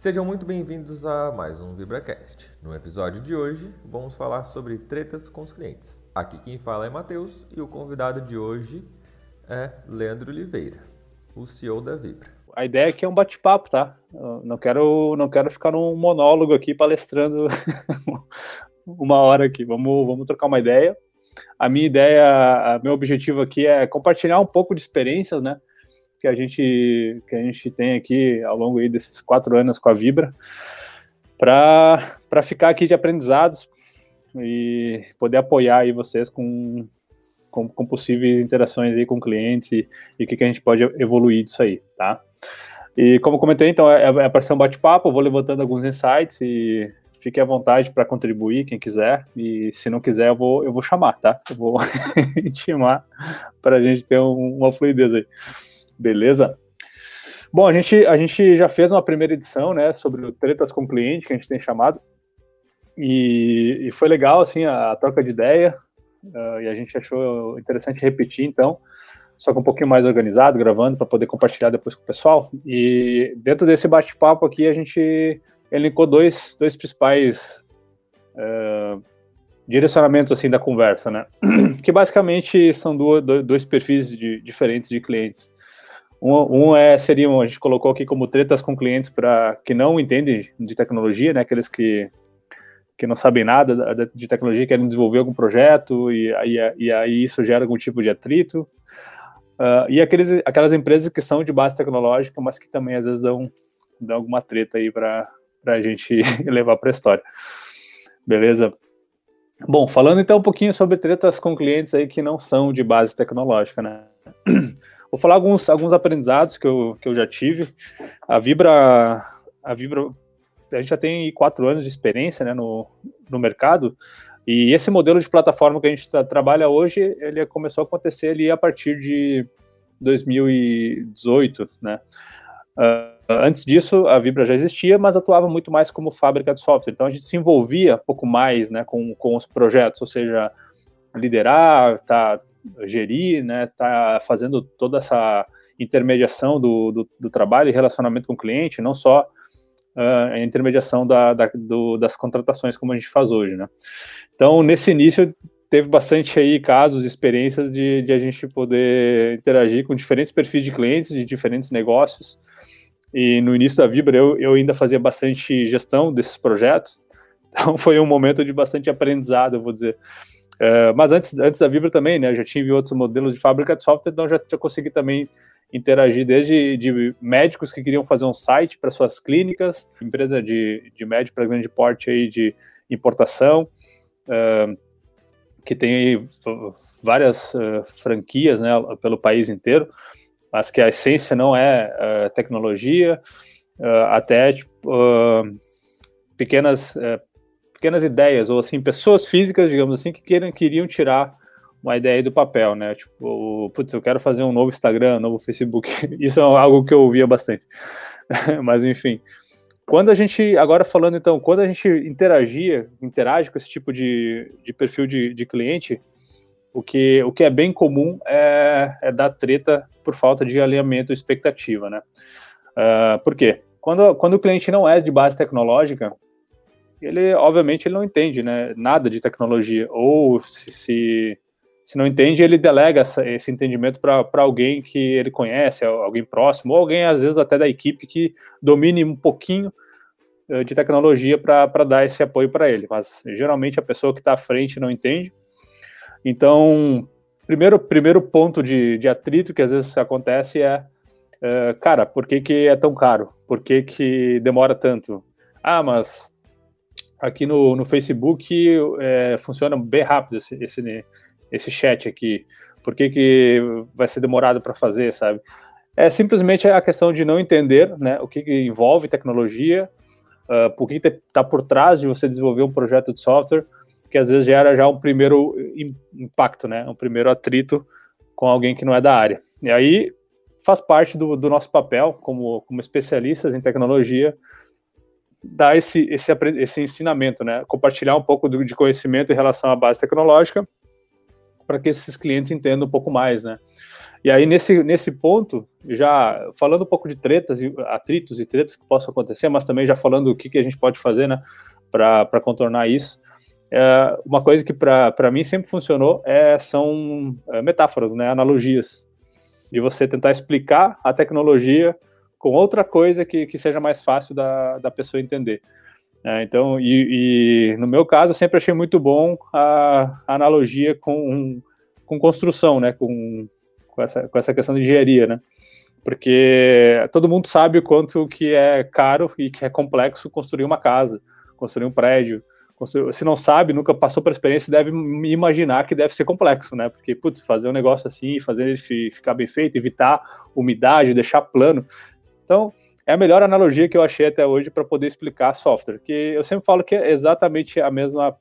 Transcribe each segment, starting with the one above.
Sejam muito bem-vindos a mais um VibraCast. No episódio de hoje, vamos falar sobre tretas com os clientes. Aqui quem fala é Matheus e o convidado de hoje é Leandro Oliveira, o CEO da Vibra. A ideia aqui é um bate-papo, tá? Eu não quero ficar num monólogo aqui palestrando uma hora aqui. Vamos trocar uma ideia. Meu objetivo aqui é compartilhar um pouco de experiências, né? Que a gente tem aqui ao longo aí desses 4 anos com a Vibra, para ficar aqui de aprendizados e poder apoiar aí vocês com possíveis interações aí com clientes e o que a gente pode evoluir disso aí, tá? E como comentei, então, é para ser um bate-papo, eu vou levantando alguns insights e fique à vontade para contribuir, quem quiser, e se não quiser eu vou chamar, tá? Eu vou intimar para a gente ter uma fluidez aí. Beleza? Bom, a gente já fez uma primeira edição, né, sobre o tretas com cliente, que a gente tem chamado, e foi legal, assim, a troca de ideia, e a gente achou interessante repetir, então, só que um pouquinho mais organizado, gravando, para poder compartilhar depois com o pessoal. E dentro desse bate-papo aqui, a gente elencou dois principais direcionamentos, assim, da conversa, né, que basicamente são dois perfis diferentes de clientes. A gente colocou aqui como tretas com clientes para que não entendem de tecnologia, né, aqueles que não sabem nada de tecnologia, querem desenvolver algum projeto e aí isso gera algum tipo de atrito. E aquelas empresas que são de base tecnológica, mas que também às vezes dão alguma treta aí para a gente levar para a história. Beleza? Bom, falando então um pouquinho sobre tretas com clientes aí que não são de base tecnológica, né? Vou falar alguns aprendizados que eu já tive. A Vibra, a gente já tem 4 anos de experiência, né, no mercado, e esse modelo de plataforma que a gente trabalha hoje, ele começou a acontecer ali a partir de 2018, né? Antes disso, a Vibra já existia, mas atuava muito mais como fábrica de software, então a gente se envolvia um pouco mais, né, com os projetos, ou seja, liderar, gerir, né, fazendo toda essa intermediação do trabalho e relacionamento com o cliente, não só a intermediação das contratações como a gente faz hoje, né. Então, nesse início, teve bastante aí casos, experiências de a gente poder interagir com diferentes perfis de clientes, de diferentes negócios, e no início da Vibra eu ainda fazia bastante gestão desses projetos, então foi um momento de bastante aprendizado, eu vou dizer. Mas antes da Vibra também, né, eu já tive outros modelos de fábrica de software, então já consegui também interagir desde de médicos que queriam fazer um site para suas clínicas, empresa de médio para grande porte aí de importação, que tem aí várias franquias, né, pelo país inteiro, mas que a essência não é tecnologia, até pequenas ideias, ou assim, pessoas físicas, digamos assim, que queriam tirar uma ideia do papel, né, tipo, putz, eu quero fazer um novo Instagram, um novo Facebook, isso é algo que eu ouvia bastante, mas enfim, quando a gente interage com esse tipo de perfil de cliente, o que é bem comum é dar treta por falta de alinhamento e expectativa, né, por quê? Quando o cliente não é de base tecnológica, ele, obviamente, ele não entende, né, nada de tecnologia, ou se não entende, ele delega esse entendimento para alguém que ele conhece, alguém próximo, ou alguém, às vezes, até da equipe que domine um pouquinho de tecnologia para dar esse apoio para ele, mas, geralmente, a pessoa que está à frente não entende. Então, primeiro ponto de atrito que, às vezes, acontece cara, por que é tão caro? Por que demora tanto? Ah, mas aqui no Facebook funciona bem rápido esse chat aqui, por que vai ser demorado para fazer, sabe? É simplesmente a questão de não entender, né, o que envolve tecnologia, por que está por trás de você desenvolver um projeto de software, que às vezes gera já um primeiro impacto, né, um primeiro atrito com alguém que não é da área. E aí faz parte do nosso papel como especialistas em tecnologia, dar esse ensinamento, né? Compartilhar um pouco de conhecimento em relação à base tecnológica, para que esses clientes entendam um pouco mais, né? E aí, nesse ponto, já falando um pouco de tretas, atritos e tretas que possam acontecer, mas também já falando o que a gente pode fazer, né, para contornar isso, uma coisa que para mim sempre funcionou são metáforas, né, analogias, de você tentar explicar a tecnologia com outra coisa que seja mais fácil da pessoa entender. Então, no meu caso, eu sempre achei muito bom a analogia com construção, né, com essa questão de engenharia, né? Porque todo mundo sabe o quanto que é caro e que é complexo construir uma casa, construir um prédio. Se não sabe, nunca passou por experiência, deve imaginar que deve ser complexo, né? Porque, putz, fazer um negócio assim, fazer ele ficar bem feito, evitar umidade, deixar plano. Então, é a melhor analogia que eu achei até hoje para poder explicar software, que eu sempre falo que é exatamente a mesma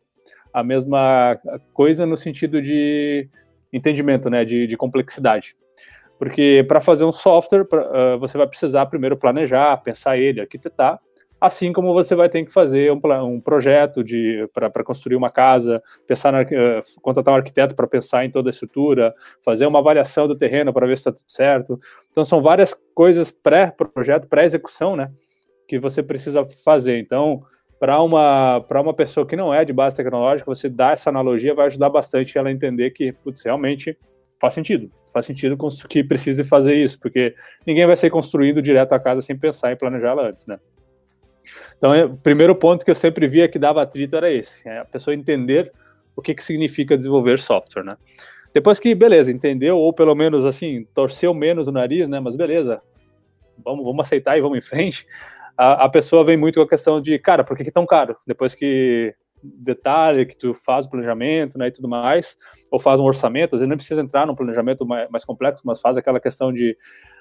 coisa no sentido de entendimento, né, de complexidade. Porque para fazer um software, você vai precisar primeiro planejar, pensar ele, arquitetar, assim como você vai ter que fazer um projeto para construir uma casa, contratar um arquiteto para pensar em toda a estrutura, fazer uma avaliação do terreno para ver se está tudo certo. Então, são várias coisas pré-projeto, pré-execução, né, que você precisa fazer. Então, para uma pessoa que não é de base tecnológica, você dar essa analogia vai ajudar bastante ela a entender que, putz, realmente faz sentido que precise fazer isso, porque ninguém vai sair construindo direto a casa sem pensar em planejar ela antes, né? Então, o primeiro ponto que eu sempre via que dava atrito era esse, a pessoa entender o que significa desenvolver software, né? Depois que, beleza, entendeu, ou pelo menos, assim, torceu menos o nariz, né, mas beleza, vamos aceitar e vamos em frente, a pessoa vem muito com a questão de, cara, por que é tão caro? Depois que detalhe, que tu faz o planejamento, né, e tudo mais, ou faz um orçamento, às vezes nem precisa entrar num planejamento mais complexo, mas faz aquela questão de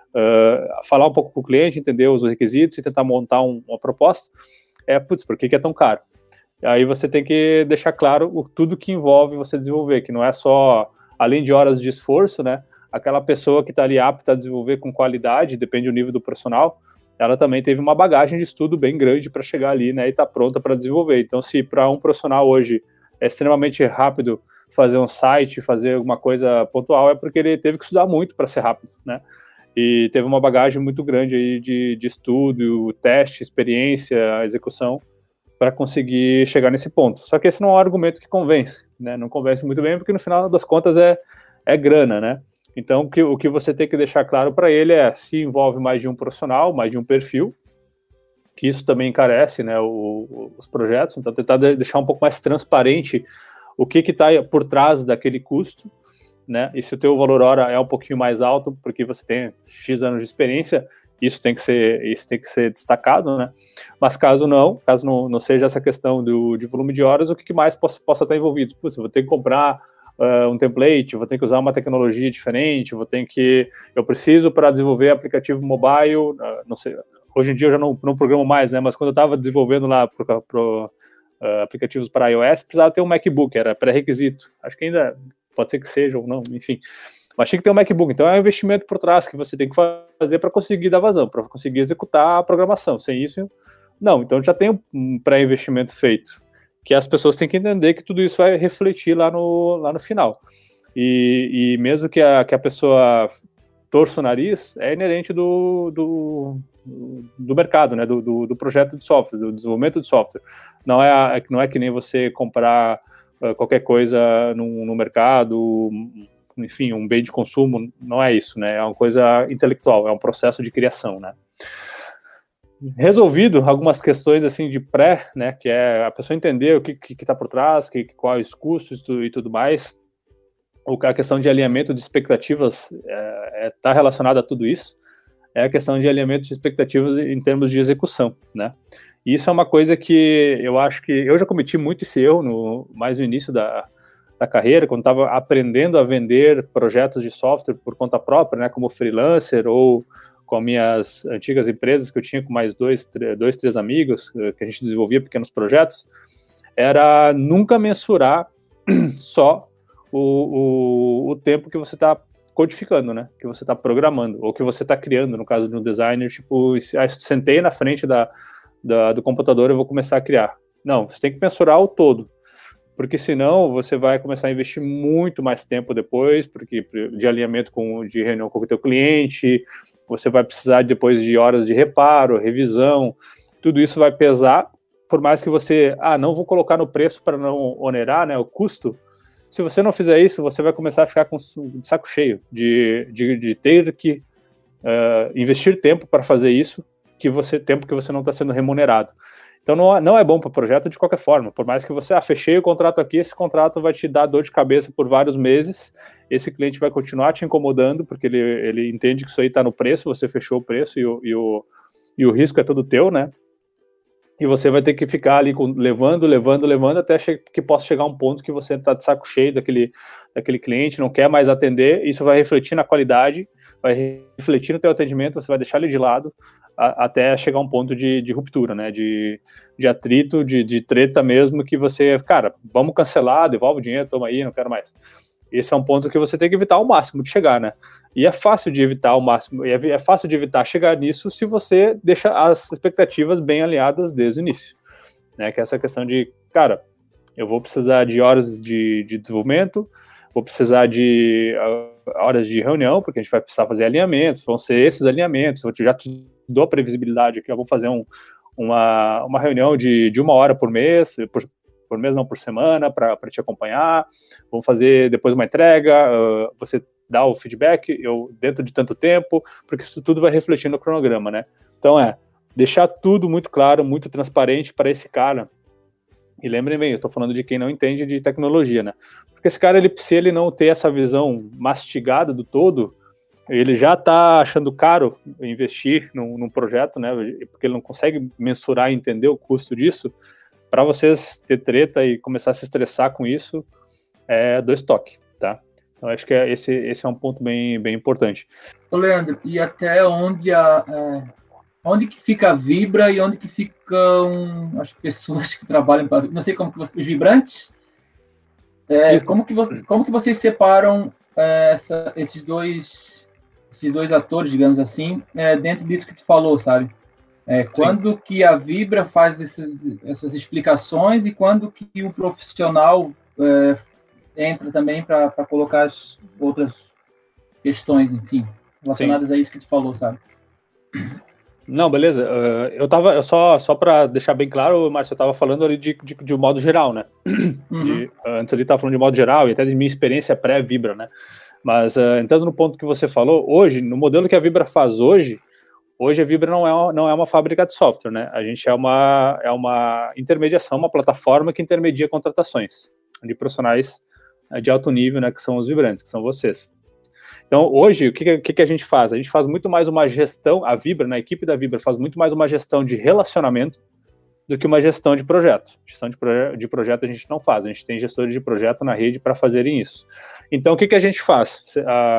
falar um pouco com o cliente, entender os requisitos e tentar montar uma proposta, putz, por que é tão caro? Aí você tem que deixar claro tudo que envolve você desenvolver, que não é só, além de horas de esforço, né, aquela pessoa que está ali apta a desenvolver com qualidade, depende do nível do profissional, ela também teve uma bagagem de estudo bem grande para chegar ali, né, e está pronta para desenvolver. Então, se para um profissional hoje é extremamente rápido fazer um site, fazer alguma coisa pontual, é porque ele teve que estudar muito para ser rápido, né? E teve uma bagagem muito grande aí de estudo, teste, experiência, execução, para conseguir chegar nesse ponto. Só que esse não é um argumento que convence, né? Não convence muito bem, porque no final das contas é grana, né? Então, o que você tem que deixar claro para ele se envolve mais de um profissional, mais de um perfil, que isso também encarece, né, os projetos. Então, tentar deixar um pouco mais transparente o que está por trás daquele custo, né? E se o teu valor hora é um pouquinho mais alto, porque você tem X anos de experiência, isso tem que ser destacado, né? Mas caso não seja essa questão de volume de horas, o que mais possa estar envolvido? Putz, eu vou ter que comprar um template, vou ter que usar uma tecnologia diferente, eu preciso para desenvolver aplicativo mobile, não sei, hoje em dia eu já não programo mais, né, mas quando eu estava desenvolvendo lá aplicativos para iOS, precisava ter um MacBook, era pré-requisito, acho que ainda pode ser que seja ou não, enfim, mas tinha que ter um MacBook, então é um investimento por trás que você tem que fazer para conseguir dar vazão, para conseguir executar a programação, sem isso, não, então já tem um pré-investimento feito, que as pessoas têm que entender que tudo isso vai refletir lá no final. E mesmo que a pessoa torça o nariz, é inerente do mercado, né? Do projeto de software, do desenvolvimento de software. Não é que nem você comprar qualquer coisa no mercado, enfim, um bem de consumo, não é isso, né? É uma coisa intelectual, é um processo de criação, né? Resolvido algumas questões assim de pré, né, que é a pessoa entender o que está por trás, quais os custos e tudo mais, a questão de alinhamento de expectativas está relacionada a tudo isso, é a questão de alinhamento de expectativas em termos de execução, né, e isso é uma coisa que eu acho que eu já cometi muito esse erro mais no início da carreira, quando estava aprendendo a vender projetos de software por conta própria, né, como freelancer ou com minhas antigas empresas que eu tinha com mais dois, três amigos, que a gente desenvolvia pequenos projetos, era nunca mensurar só o tempo que você está codificando, né? Que você está programando, ou que você está criando, no caso de um designer, tipo, sentei na frente do computador e vou começar a criar. Não, você tem que mensurar o todo, porque senão você vai começar a investir muito mais tempo depois, porque de alinhamento de reunião com o teu cliente, você vai precisar depois de horas de reparo, revisão, tudo isso vai pesar, por mais que você, não vou colocar no preço para não onerar, né, o custo. Se você não fizer isso, você vai começar a ficar de saco cheio de ter que investir tempo para fazer isso, tempo que você não está sendo remunerado. Então não é bom para o projeto de qualquer forma, por mais que você, fechei o contrato aqui, esse contrato vai te dar dor de cabeça por vários meses, esse cliente vai continuar te incomodando, porque ele entende que isso aí está no preço, você fechou o preço e o risco é todo teu, né? E você vai ter que ficar ali levando, até que possa chegar um ponto que você está de saco cheio daquele cliente, não quer mais atender, isso vai refletir na qualidade, vai refletir no teu atendimento, você vai deixar ele de lado, até chegar um ponto de ruptura, né, de atrito, de treta mesmo, que você, cara, vamos cancelar, devolve o dinheiro, toma aí, não quero mais. Esse é um ponto que você tem que evitar ao máximo de chegar, né? E é fácil de evitar ao máximo, é fácil de evitar chegar nisso se você deixa as expectativas bem alinhadas desde o início, né? Que é essa questão de, cara, eu vou precisar de horas de desenvolvimento, vou precisar de horas de reunião, porque a gente vai precisar fazer alinhamentos, vão ser esses alinhamentos, eu já te dou a previsibilidade aqui, eu vou fazer uma reunião de 1 hora por mês, por mês não, por semana, para te acompanhar, vamos fazer depois uma entrega, você dá o feedback, dentro de tanto tempo, porque isso tudo vai refletir no cronograma, né? Então deixar tudo muito claro, muito transparente para esse cara. E lembrem bem, eu estou falando de quem não entende de tecnologia, né? Porque esse cara, se ele não ter essa visão mastigada do todo, ele já está achando caro investir num projeto, né? Porque ele não consegue mensurar e entender o custo disso. Para vocês ter treta e começar a se estressar com isso, é 2 toques, tá? Então, acho que esse é um ponto bem, bem importante. Ô, Leandro, e até onde que fica a Vibra e onde que ficam as pessoas que trabalham para... Não sei como que os vibrantes? Como que vocês separam esses dois atores, digamos assim, dentro disso que tu falou, sabe? Quando que a Vibra faz essas explicações e quando que o profissional entra também para colocar as outras questões, enfim, relacionadas a isso que tu falou, sabe? Não, beleza. Só para deixar bem claro, Márcio, eu estava falando ali de um modo geral, né? Uhum. Antes ali estava falando de modo geral e até de minha experiência pré-Vibra, né? Mas entrando no ponto que você falou, hoje, no modelo que a Vibra faz hoje a Vibra não é uma fábrica de software, né? A gente é uma intermediação, uma plataforma que intermedia contratações de profissionais de alto nível, né? Que são os vibrantes, que são vocês. Então, hoje, o que a gente faz? A gente faz muito mais uma gestão, a Vibra, na equipe da Vibra, faz muito mais uma gestão de relacionamento do que uma gestão de projeto. Gestão de projeto a gente não faz, a gente tem gestores de projeto na rede para fazerem isso. Então, o que a gente faz?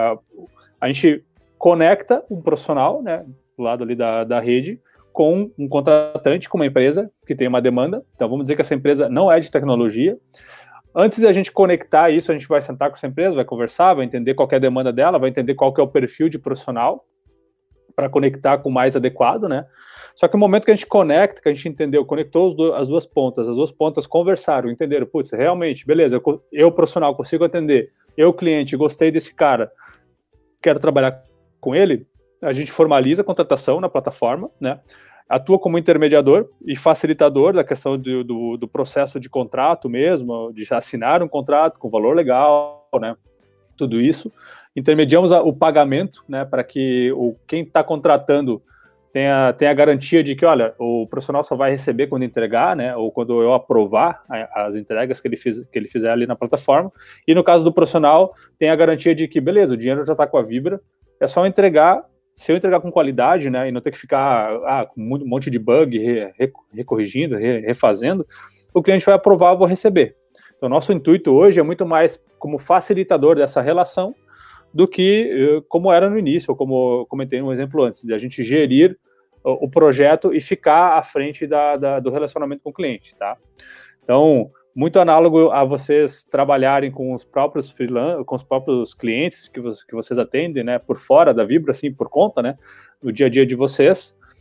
A gente conecta um profissional, né, do lado ali da rede, com um contratante, com uma empresa que tem uma demanda. Então, vamos dizer que essa empresa não é de tecnologia. Antes da gente conectar isso, a gente vai sentar com essa empresa, vai conversar, vai entender qual que é a demanda dela, vai entender qual que é o perfil de profissional para conectar com o mais adequado, né? Só que no momento que a gente conecta, que a gente entendeu, conectou as duas pontas conversaram, entenderam, putz, realmente, beleza, eu profissional consigo atender, eu cliente, gostei desse cara, quero trabalhar com ele, a gente formaliza a contratação na plataforma, né? Atua como intermediador e facilitador da questão do processo de contrato mesmo, de assinar um contrato com valor legal, né? Tudo isso. Intermediamos o pagamento, né? Para que quem está contratando tenha a garantia de que, olha, o profissional só vai receber quando entregar, né? Ou quando eu aprovar as entregas que ele fizer ali na plataforma. E no caso do profissional, tem a garantia de que, beleza, o dinheiro já está com a Vibra, é só entregar. Se eu entregar com qualidade, né, e não ter que ficar com um monte de bug, recorrigindo, refazendo, o cliente vai aprovar, eu vou receber. Então, nosso intuito hoje é muito mais como facilitador dessa relação do que como era no início, ou como comentei no exemplo antes, de a gente gerir o projeto e ficar à frente do relacionamento com o cliente, tá? Então, muito análogo a vocês trabalharem com os próprios com os próprios clientes que vocês atendem, né, por fora da Vibra, assim, por conta, né, no dia a dia de vocês.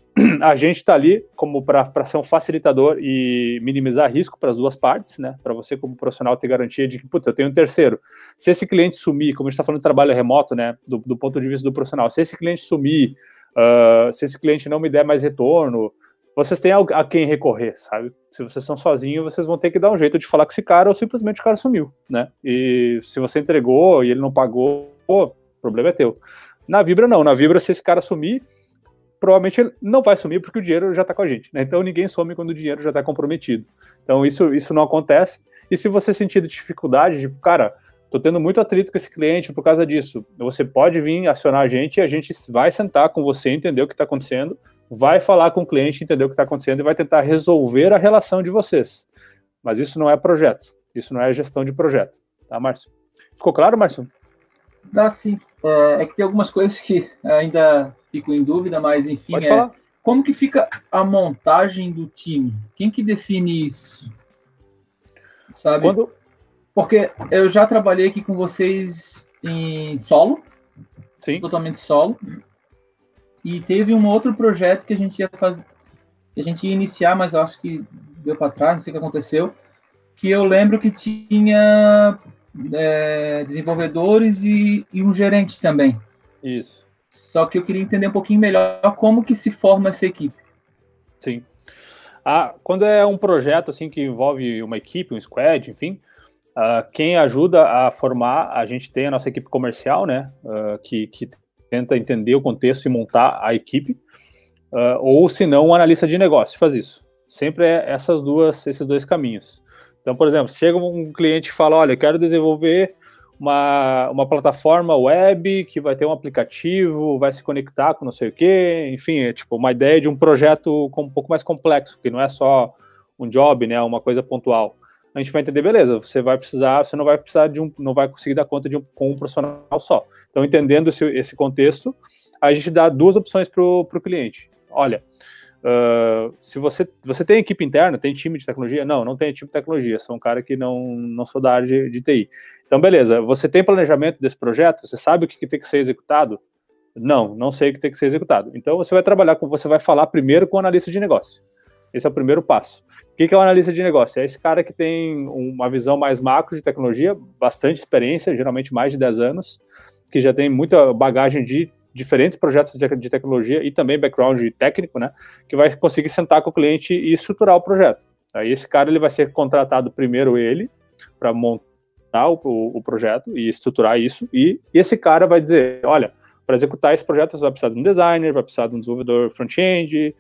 a gente está ali como para ser um facilitador e minimizar risco para as duas partes, né? Para você, como profissional, ter garantia de que, putz, eu tenho um terceiro. Se esse cliente sumir, como a gente está falando de trabalho remoto, né? Do ponto de vista do profissional, se esse cliente sumir, se esse cliente não me der mais retorno, vocês têm a quem recorrer, sabe? Se vocês estão sozinhos, vocês vão ter que dar um jeito de falar com esse cara ou simplesmente o cara sumiu, né? E se você entregou e ele não pagou, pô, o problema é teu. Na Vibra, não. Na Vibra, se esse cara sumir, provavelmente ele não vai sumir porque o dinheiro já está com a gente, né? Então ninguém some quando o dinheiro já está comprometido. Então isso não acontece. E se você sentir dificuldade, tipo, cara, tô tendo muito atrito com esse cliente por causa disso, você pode vir acionar a gente e a gente vai sentar com você, entender o que está acontecendo, vai falar com o cliente, entender o que está acontecendo e vai tentar resolver a relação de vocês. Mas isso não é projeto, isso não é gestão de projeto. Tá, Márcio? Ficou claro, Márcio? Dá sim. É que tem algumas coisas que ainda fico em dúvida, mas enfim, pode falar. Como que fica a montagem do time? Quem que define isso? Sabe? Porque eu já trabalhei aqui com vocês em solo, sim, totalmente solo, e teve um outro projeto que a gente ia fazer, que a gente ia iniciar, mas eu acho que deu para trás, não sei o que aconteceu, que eu lembro que tinha desenvolvedores e um gerente também. Isso. Só que eu queria entender um pouquinho melhor como que se forma essa equipe. Sim. Quando é um projeto assim que envolve uma equipe, um squad, enfim, quem ajuda a formar, a gente tem a nossa equipe comercial, né, que tenta entender o contexto e montar a equipe, ou se não, um analista de negócio faz isso. Sempre é esses dois caminhos. Então, por exemplo, chega um cliente e fala, olha, eu quero desenvolver uma plataforma web que vai ter um aplicativo, vai se conectar com não sei o quê, enfim, é tipo uma ideia de um projeto um pouco mais complexo, que não é só um job, né, uma coisa pontual. A gente vai entender, beleza, você não vai precisar não vai conseguir dar conta com um profissional só. Então, entendendo esse contexto, a gente dá duas opções para o cliente. Olha, se você tem equipe interna, tem time de tecnologia? Não tem time de tecnologia, sou um cara que não sou da área de TI. Então, beleza, você tem planejamento desse projeto? Você sabe o que tem que ser executado? Não sei o que tem que ser executado. Então, você vai falar primeiro com o analista de negócio. Esse é o primeiro passo. O que é o analista de negócio? É esse cara que tem uma visão mais macro de tecnologia, bastante experiência, geralmente mais de 10 anos, que já tem muita bagagem de diferentes projetos de tecnologia e também background técnico, né, que vai conseguir sentar com o cliente e estruturar o projeto. Aí esse cara ele vai ser contratado primeiro para montar o projeto e estruturar isso, e esse cara vai dizer, olha, para executar esse projeto você vai precisar de um designer, vai precisar de um desenvolvedor front-end,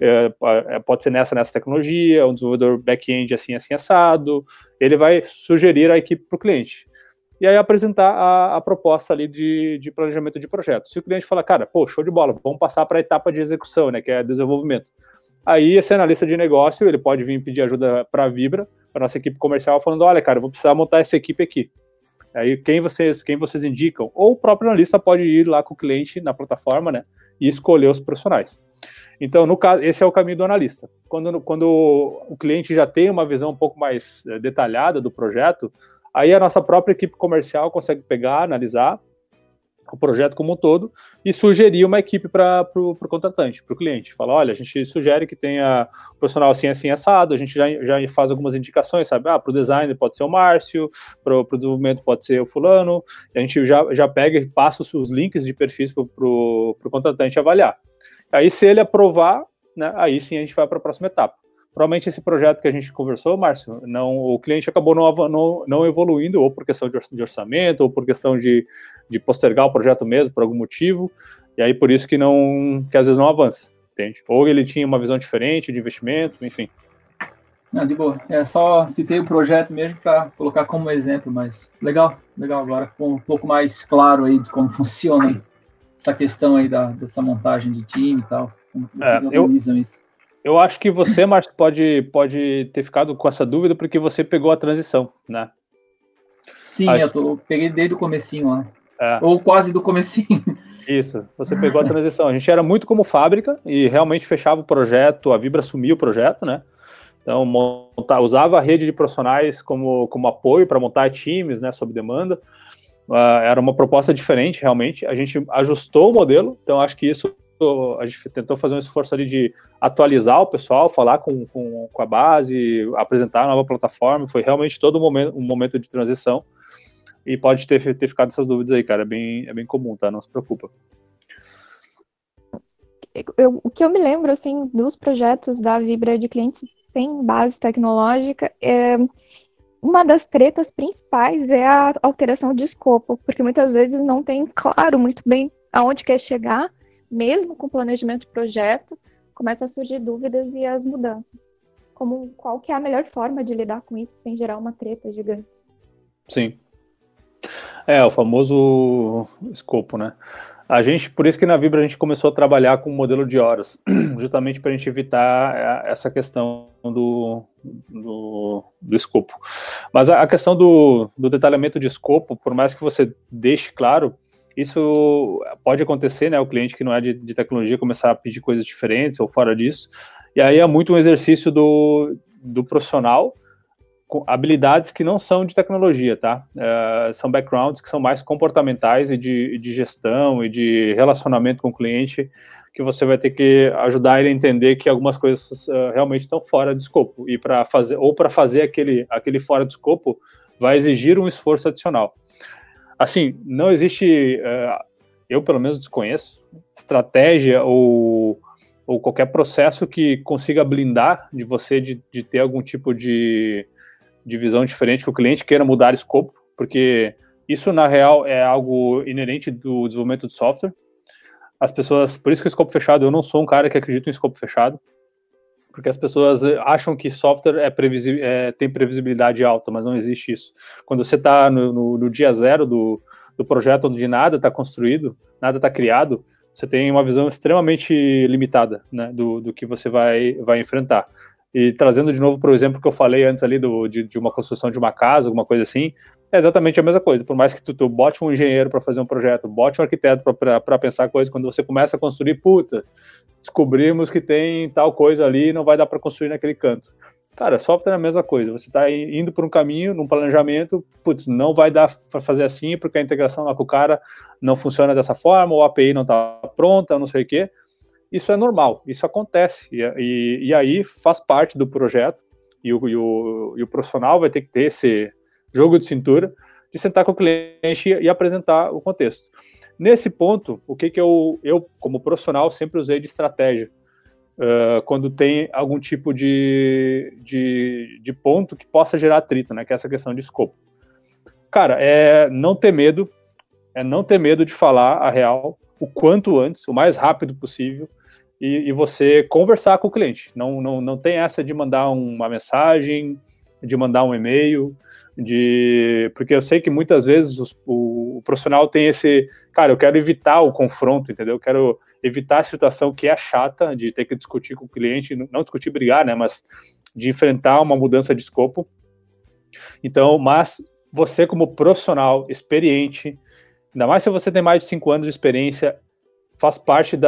pode ser nessa tecnologia, um desenvolvedor back-end assim assado, ele vai sugerir a equipe para o cliente. E aí apresentar a proposta ali de planejamento de projeto. Se o cliente falar, cara, pô, show de bola, vamos passar para a etapa de execução, né, que é desenvolvimento. Aí esse analista de negócio, ele pode vir pedir ajuda para a Vibra, para nossa equipe comercial, falando, olha, cara, eu vou precisar montar essa equipe aqui. Aí quem vocês indicam? Ou o próprio analista pode ir lá com o cliente na plataforma, né, e escolher os profissionais. Então, no caso, esse é o caminho do analista. Quando o cliente já tem uma visão um pouco mais detalhada do projeto, aí a nossa própria equipe comercial consegue pegar, analisar o projeto como um todo e sugerir uma equipe para o contratante, para o cliente. Fala, olha, a gente sugere que tenha um profissional assim, assim, assado, a gente já faz algumas indicações, sabe? Para o design pode ser o Márcio, para o desenvolvimento pode ser o fulano, e a gente já pega e passa os links de perfis para o contratante avaliar. Aí, se ele aprovar, né, aí sim a gente vai para a próxima etapa. Provavelmente esse projeto que a gente conversou, Márcio, o cliente acabou não evoluindo, ou por questão de orçamento, ou por questão de postergar o projeto mesmo, por algum motivo, e aí por isso que às vezes não avança, entende? Ou ele tinha uma visão diferente de investimento, enfim. Não, de boa. Só citei o projeto mesmo para colocar como exemplo, mas legal agora, ficou um pouco mais claro aí de como funciona essa questão aí dessa montagem de time e tal, como vocês organizam isso. Eu acho que você, Márcio, pode ter ficado com essa dúvida porque você pegou a transição, né? Sim, eu peguei desde o comecinho lá. Ou quase do comecinho. Isso, você pegou a transição. A gente era muito como fábrica e realmente fechava o projeto, a Vibra assumia o projeto, né? Então, usava a rede de profissionais como apoio para montar times, né, sob demanda. Era uma proposta diferente, realmente. A gente ajustou o modelo, então acho que isso a gente tentou fazer um esforço ali de atualizar o pessoal, falar com a base, apresentar a nova plataforma. Foi realmente todo um momento de transição. E pode ter ficado essas dúvidas aí, cara. É bem comum, tá? Não se preocupa. O que eu me lembro, assim, dos projetos da Vibra de clientes sem base tecnológica, uma das tretas principais é a alteração de escopo, porque muitas vezes não tem claro muito bem aonde quer chegar, mesmo com o planejamento de projeto, começa a surgir dúvidas e as mudanças. Qual que é a melhor forma de lidar com isso sem gerar uma treta gigante? Sim. O famoso escopo, né? Por isso que na Vibra a gente começou a trabalhar com o modelo de horas, justamente para a gente evitar essa questão do escopo. Mas a questão do detalhamento de escopo, por mais que você deixe claro, isso pode acontecer, né? O cliente que não é de tecnologia começar a pedir coisas diferentes ou fora disso, e aí é muito um exercício do profissional com habilidades que não são de tecnologia, tá? São backgrounds que são mais comportamentais e de gestão e de relacionamento com o cliente, que você vai ter que ajudar ele a entender que algumas coisas realmente estão fora de escopo, e para fazer aquele fora de escopo vai exigir um esforço adicional. Assim, não existe, eu pelo menos desconheço, estratégia ou qualquer processo que consiga blindar de você de ter algum tipo de visão diferente, que o cliente queira mudar escopo, porque isso, na real, é algo inerente do desenvolvimento de software. As pessoas, por isso que o escopo fechado, eu não sou um cara que acredita em escopo fechado, porque as pessoas acham que software tem previsibilidade alta, mas não existe isso. Quando você está no dia zero do projeto, onde nada está construído, nada está criado, você tem uma visão extremamente limitada, né, do que você vai enfrentar. E trazendo de novo para o exemplo que eu falei antes ali de uma construção de uma casa, alguma coisa assim, é exatamente a mesma coisa. Por mais que tu bote um engenheiro para fazer um projeto, bote um arquiteto para pensar coisas, quando você começa a construir, descobrimos que tem tal coisa ali e não vai dar para construir naquele canto. Cara, software é a mesma coisa. Você está indo por um caminho, num planejamento, não vai dar para fazer assim, porque a integração lá com o cara não funciona dessa forma, ou a API não está pronta, não sei o quê. Isso é normal, isso acontece, e aí faz parte do projeto, e o profissional vai ter que ter esse jogo de cintura de sentar com o cliente e apresentar o contexto. Nesse ponto, o que eu como profissional, sempre usei de estratégia, quando tem algum tipo de ponto que possa gerar atrito, né, que é essa questão de escopo. Cara, não ter medo de falar a real o quanto antes, o mais rápido possível, e você conversar com o cliente. Não tem essa de mandar uma mensagem, de mandar um e-mail, porque eu sei que muitas vezes o profissional tem esse, cara, eu quero evitar o confronto, entendeu? Eu quero evitar a situação que é chata de ter que discutir com o cliente, não discutir, brigar, né, mas de enfrentar uma mudança de escopo. Então, mas você como profissional experiente, ainda mais se você tem mais de 5 anos de experiência, faz parte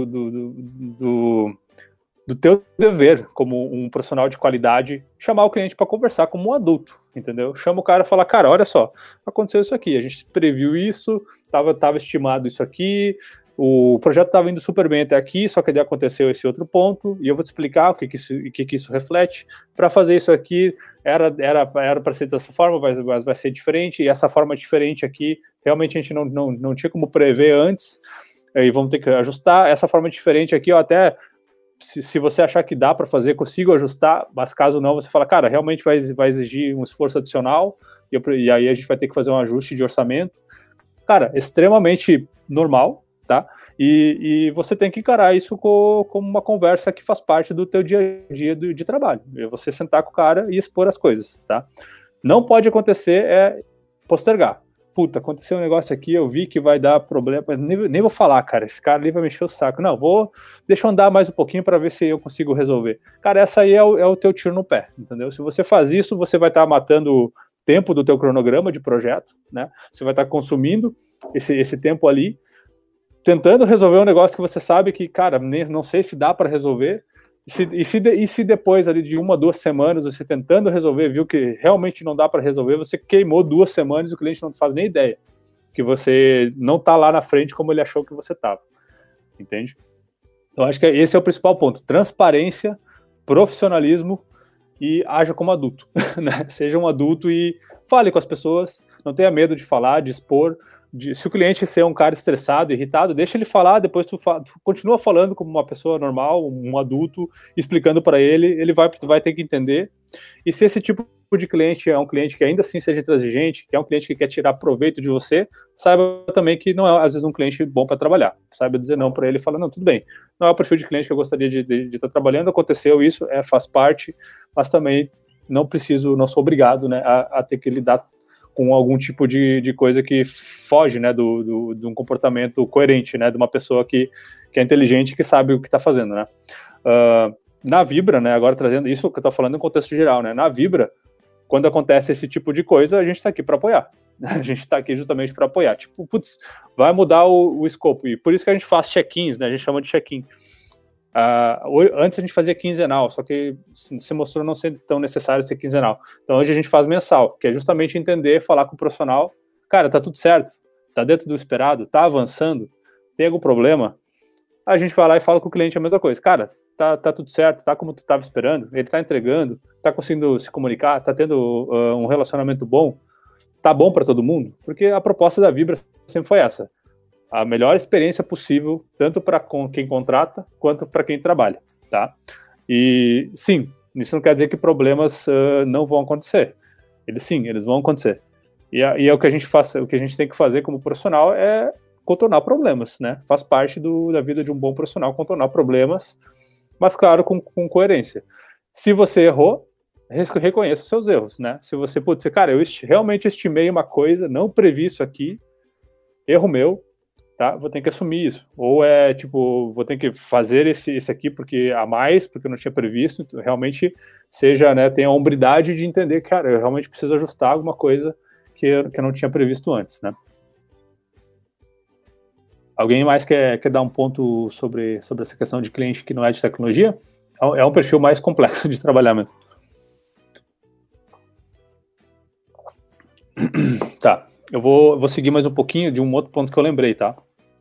do teu dever como um profissional de qualidade, chamar o cliente para conversar como um adulto, entendeu? Chama o cara e fala, cara, olha só, aconteceu isso aqui, a gente previu isso, estava estimado isso aqui, o projeto estava indo super bem até aqui, só que daí aconteceu esse outro ponto, e eu vou te explicar o que isso reflete. Para fazer isso aqui, era para ser dessa forma, mas vai ser diferente, e essa forma diferente aqui, realmente a gente não tinha como prever antes, e vamos ter que ajustar. Essa forma diferente aqui, ó, até se você achar que dá para fazer, consigo ajustar, mas caso não, você fala, cara, realmente vai exigir um esforço adicional, e aí a gente vai ter que fazer um ajuste de orçamento. Cara, extremamente normal, tá? E você tem que encarar isso como uma conversa que faz parte do teu dia a dia de trabalho. É você sentar com o cara e expor as coisas, tá? Não pode acontecer postergar. Aconteceu um negócio aqui, eu vi que vai dar problema, nem vou falar, cara, esse cara ali vai me encher o saco. Não, deixa eu andar mais um pouquinho para ver se eu consigo resolver. Cara, essa aí é o teu tiro no pé, entendeu? Se você faz isso, você vai estar matando tempo do teu cronograma de projeto, né? Você vai estar consumindo esse tempo ali, tentando resolver um negócio que você sabe que, cara, não sei se dá para resolver. E se depois ali de 1 a 2 semanas você tentando resolver, viu que realmente não dá para resolver, você queimou 2 semanas e o cliente não faz nem ideia que você não está lá na frente como ele achou que você estava, entende? Eu acho que esse é o principal ponto. Transparência, profissionalismo e haja como adulto. Né? Seja um adulto e fale com as pessoas, não tenha medo de falar, de expor. Se o cliente ser um cara estressado, irritado, deixa ele falar, depois tu continua falando como uma pessoa normal, um adulto, explicando para ele vai ter que entender. E se esse tipo de cliente é um cliente que ainda assim seja intransigente, que é um cliente que quer tirar proveito de você, saiba também que não é, às vezes, um cliente bom para trabalhar. Saiba dizer não para ele e falar, não, tudo bem, não é o perfil de cliente que eu gostaria de estar trabalhando, aconteceu isso, faz parte, mas também não sou obrigado, né, a ter que lidar com algum tipo de coisa que foge, né, de um comportamento coerente, né, de uma pessoa que é inteligente e que sabe o que está fazendo, né. Na Vibra, né, agora trazendo isso que eu estou falando em contexto geral, né, na Vibra, quando acontece esse tipo de coisa, a gente está aqui para apoiar. A gente está aqui justamente para apoiar. Tipo, putz, vai mudar o escopo. E por isso que a gente faz check-ins, né, a gente chama de check-in. Antes a gente fazia quinzenal, só que se mostrou não ser tão necessário ser quinzenal. Então hoje a gente faz mensal, que é justamente entender, falar com o profissional, cara, tá tudo certo, tá dentro do esperado, tá avançando, tem algum problema? A gente vai lá e fala com o cliente a mesma coisa, cara, tá tudo certo, tá como tu estava esperando, ele tá entregando, tá conseguindo se comunicar, tá tendo um relacionamento bom, tá bom para todo mundo? Porque a proposta da Vibra sempre foi essa. A melhor experiência possível, tanto para quem contrata, quanto para quem trabalha, tá? E, sim, isso não quer dizer que problemas não vão acontecer. Eles vão acontecer. E é o que a gente faz, o que a gente tem que fazer como profissional é contornar problemas, né? Faz parte da vida de um bom profissional contornar problemas, mas, claro, com coerência. Se você errou, reconheça os seus erros, né? Se você, putz, cara, eu realmente estimei uma coisa, não previ isso aqui, erro meu, tá? Vou ter que assumir isso. Ou vou ter que fazer esse aqui porque a mais, porque eu não tinha previsto, então, realmente seja, né, tenha a hombridade de entender que, cara, eu realmente preciso ajustar alguma coisa que eu não tinha previsto antes, né? Alguém mais quer dar um ponto sobre essa questão de cliente que não é de tecnologia? É um perfil mais complexo de trabalhar mesmo. Tá, eu vou seguir mais um pouquinho de um outro ponto que eu lembrei, tá?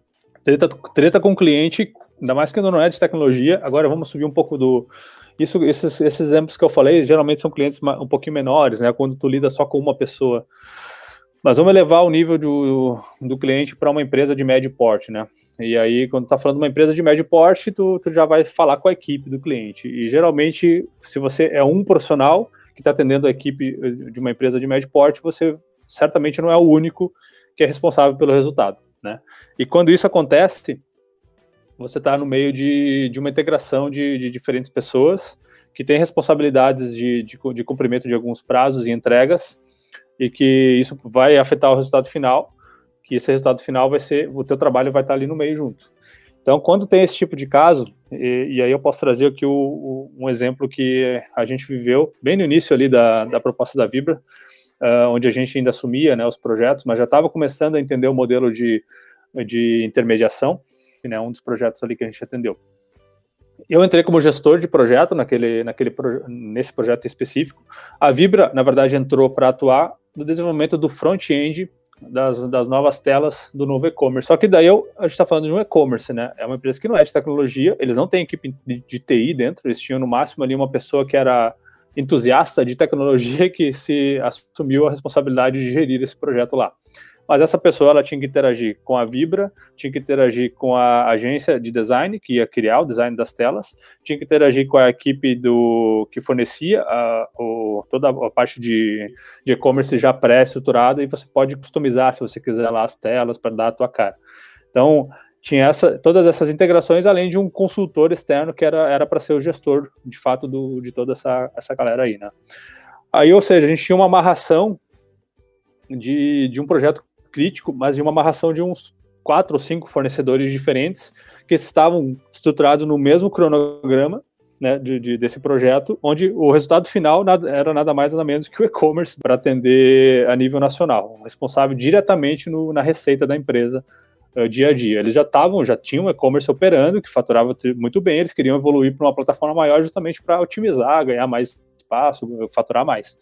Treta com o cliente, ainda mais que não é de tecnologia. Agora vamos subir um pouco esses exemplos que eu falei, geralmente são clientes um pouquinho menores, né? Quando tu lida só com uma pessoa. Mas vamos elevar o nível do cliente para uma empresa de médio porte, né? E aí, quando tá falando de uma empresa de médio porte, tu já vai falar com a equipe do cliente. E geralmente, se você é um profissional que está atendendo a equipe de uma empresa de médio porte, você certamente não é o único que é responsável pelo resultado, né? E quando isso acontece, você está no meio de uma integração de diferentes pessoas que têm responsabilidades de cumprimento de alguns prazos e entregas, e que isso vai afetar o resultado final, que esse resultado final vai ser, o teu trabalho vai estar ali no meio junto. Então, quando tem esse tipo de caso, e aí eu posso trazer aqui um exemplo que a gente viveu bem no início ali da proposta da Vibra, onde a gente ainda assumia, né, os projetos, mas já estava começando a entender o modelo de intermediação, né, um dos projetos ali que a gente atendeu. Eu entrei como gestor de projeto nesse projeto específico. A Vibra, na verdade, entrou para atuar no desenvolvimento do front-end das novas telas do novo e-commerce. Só que daí a gente está falando de um e-commerce, né? É uma empresa que não é de tecnologia, eles não têm equipe de TI dentro, eles tinham no máximo ali uma pessoa que era entusiasta de tecnologia que se assumiu a responsabilidade de gerir esse projeto lá. Mas essa pessoa ela tinha que interagir com a Vibra, tinha que interagir com a agência de design, que ia criar o design das telas, tinha que interagir com a equipe que fornecia toda a parte de e-commerce já pré-estruturada, e você pode customizar, se você quiser, lá as telas para dar a tua cara. Então, tinha todas essas integrações, além de um consultor externo que era para ser o gestor, de fato, de toda essa galera aí, né? Aí, ou seja, a gente tinha uma amarração de um projeto crítico, mas de uma amarração de uns 4 ou 5 fornecedores diferentes que estavam estruturados no mesmo cronograma, né, desse projeto, onde o resultado final era nada mais nada menos que o e-commerce para atender a nível nacional, responsável diretamente na receita da empresa dia a dia. Eles já tinham um e-commerce operando, que faturava muito bem, eles queriam evoluir para uma plataforma maior justamente para otimizar, ganhar mais espaço, faturar mais.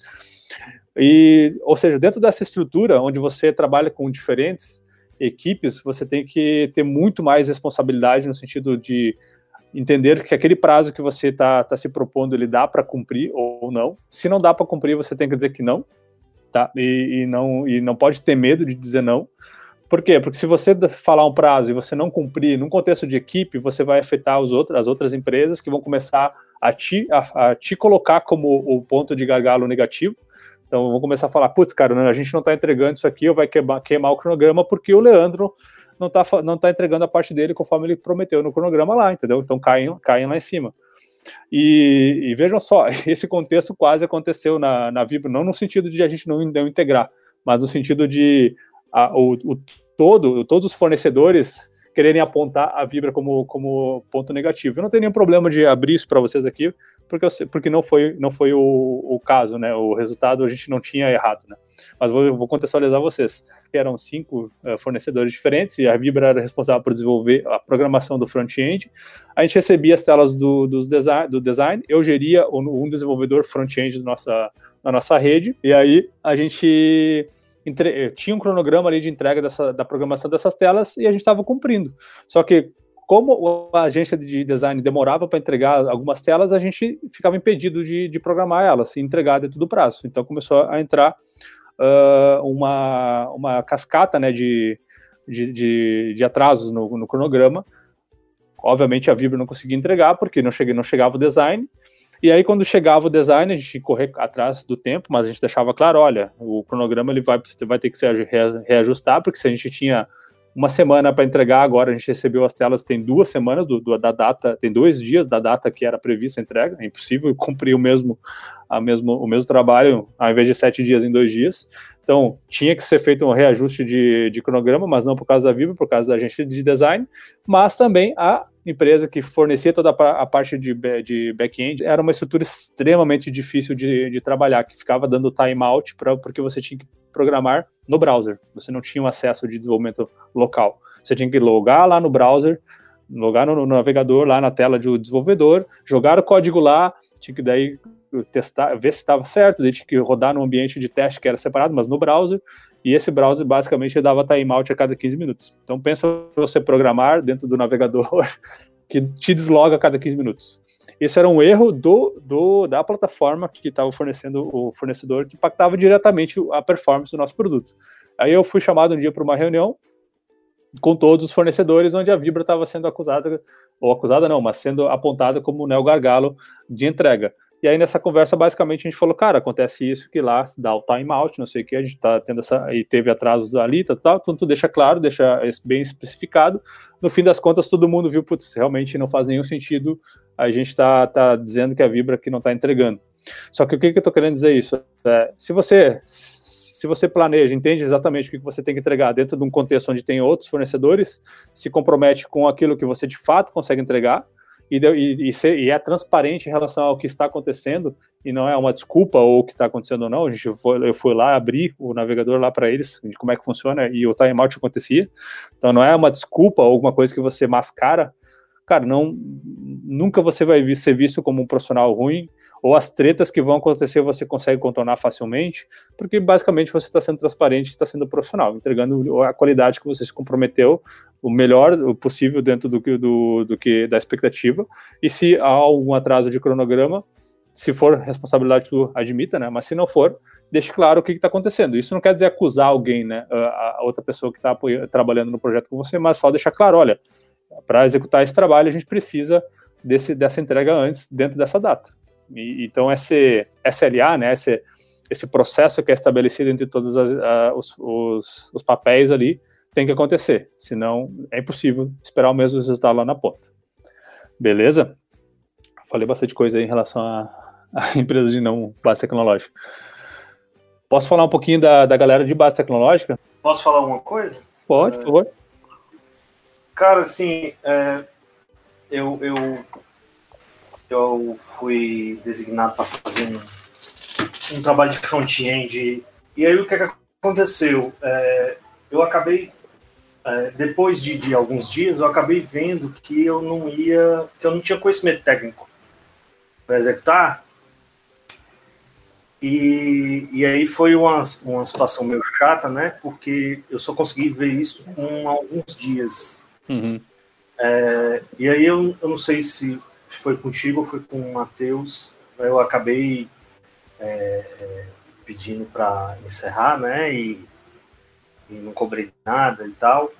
Ou seja, dentro dessa estrutura, onde você trabalha com diferentes equipes, você tem que ter muito mais responsabilidade no sentido de entender que aquele prazo que você está se propondo, ele dá para cumprir ou não. Se não dá para cumprir, você tem que dizer que não, tá? E não pode ter medo de dizer não. Por quê? Porque se você falar um prazo e você não cumprir, num contexto de equipe, você vai afetar as outras empresas que vão começar a te colocar como o ponto de gargalo negativo. Então, vão começar a falar, putz, cara, a gente não está entregando isso aqui, ou vai queimar o cronograma porque o Leandro não tá entregando a parte dele conforme ele prometeu no cronograma lá, entendeu? Então, caem lá em cima. E vejam só, esse contexto quase aconteceu na Vibra, não no sentido de a gente não integrar, mas no sentido de todos os fornecedores quererem apontar a Vibra como ponto negativo. Eu não tenho nenhum problema de abrir isso para vocês aqui, porque não foi o caso, né? O resultado a gente não tinha errado, né? Mas vou contextualizar vocês. Eram 5 fornecedores diferentes e a Vibra era responsável por desenvolver a programação do front-end. A gente recebia as telas do design, eu geria um desenvolvedor front-end da nossa rede, e aí a gente tinha um cronograma ali de entrega da programação dessas telas e a gente estava cumprindo. Só que, como a agência de design demorava para entregar algumas telas, a gente ficava impedido de programar elas e entregar dentro do prazo. Então começou a entrar uma cascata, né, de atrasos no cronograma. Obviamente a Vibra não conseguia entregar porque não chegava o design. E aí, quando chegava o design, a gente ia correr atrás do tempo, mas a gente deixava claro, olha, o cronograma ele vai ter que se reajustar, porque se a gente tinha uma semana para entregar, agora a gente recebeu as telas, tem 2 semanas da data, tem 2 dias da data que era prevista a entrega, é impossível cumprir o mesmo trabalho, ao invés de 7 dias em 2 dias. Então, tinha que ser feito um reajuste de cronograma, mas não por causa da Vibra, por causa da agência de design, mas também a empresa que fornecia toda a parte de back-end era uma estrutura extremamente difícil de trabalhar, que ficava dando timeout porque você tinha que programar no browser, você não tinha um acesso de desenvolvimento local, você tinha que logar lá no browser, logar no navegador, lá na tela do desenvolvedor, jogar o código lá, tinha que daí testar, ver se estava certo, daí tinha que rodar no ambiente de teste que era separado, mas no browser, e esse browser basicamente dava timeout a cada 15 minutos. Então pensa você programar dentro do navegador que te desloga a cada 15 minutos. Esse era um erro da plataforma que estava fornecendo o fornecedor, que impactava diretamente a performance do nosso produto. Aí eu fui chamado um dia para uma reunião com todos os fornecedores, onde a Vibra estava sendo acusada não, mas sendo apontada como o gargalo de entrega. E aí, nessa conversa, basicamente, a gente falou, cara, acontece isso, que lá dá o timeout, não sei o que, a gente tá tendo e teve atrasos ali, tal, então tu deixa claro, deixa bem especificado. No fim das contas, todo mundo viu, putz, realmente não faz nenhum sentido a gente tá dizendo que a Vibra aqui não tá entregando. Só que o que eu tô querendo dizer isso? Se você planeja, entende exatamente o que você tem que entregar dentro de um contexto onde tem outros fornecedores, se compromete com aquilo que você de fato consegue entregar, e é transparente em relação ao que está acontecendo, e não é uma desculpa ou o que está acontecendo ou não. Eu fui lá, abri o navegador lá para eles, de como é que funciona, e o timeout acontecia. Então não é uma desculpa ou alguma coisa que você mascara. Cara, nunca você vai ser visto como um profissional ruim, ou as tretas que vão acontecer você consegue contornar facilmente, porque basicamente você está sendo transparente, está sendo profissional, entregando a qualidade que você se comprometeu, o melhor possível dentro do que da expectativa. E se há algum atraso de cronograma, se for responsabilidade, tu admita, né? Mas se não for, deixe claro o que está acontecendo. Isso não quer dizer acusar alguém, né? A outra pessoa que está trabalhando no projeto com você, mas só deixar claro, olha, para executar esse trabalho a gente precisa dessa entrega antes, dentro dessa data. Então esse SLA, né, esse processo que é estabelecido entre todos os papéis ali, tem que acontecer, senão é impossível esperar o mesmo resultado lá na ponta. Beleza? Falei bastante coisa aí em relação a empresas de não base tecnológica. Posso falar um pouquinho da galera de base tecnológica? Posso falar alguma coisa? Pode, por favor. Cara, assim, eu fui designado para fazer um trabalho de front-end, e aí o que aconteceu? Eu acabei, depois de alguns dias, eu acabei vendo que eu não tinha conhecimento técnico para executar, e aí foi uma situação meio chata, né? Porque eu só consegui ver isso com alguns dias. Uhum. E aí eu não sei se foi contigo ou foi com o Matheus, eu acabei pedindo para encerrar, né, e não cobrei nada e tal.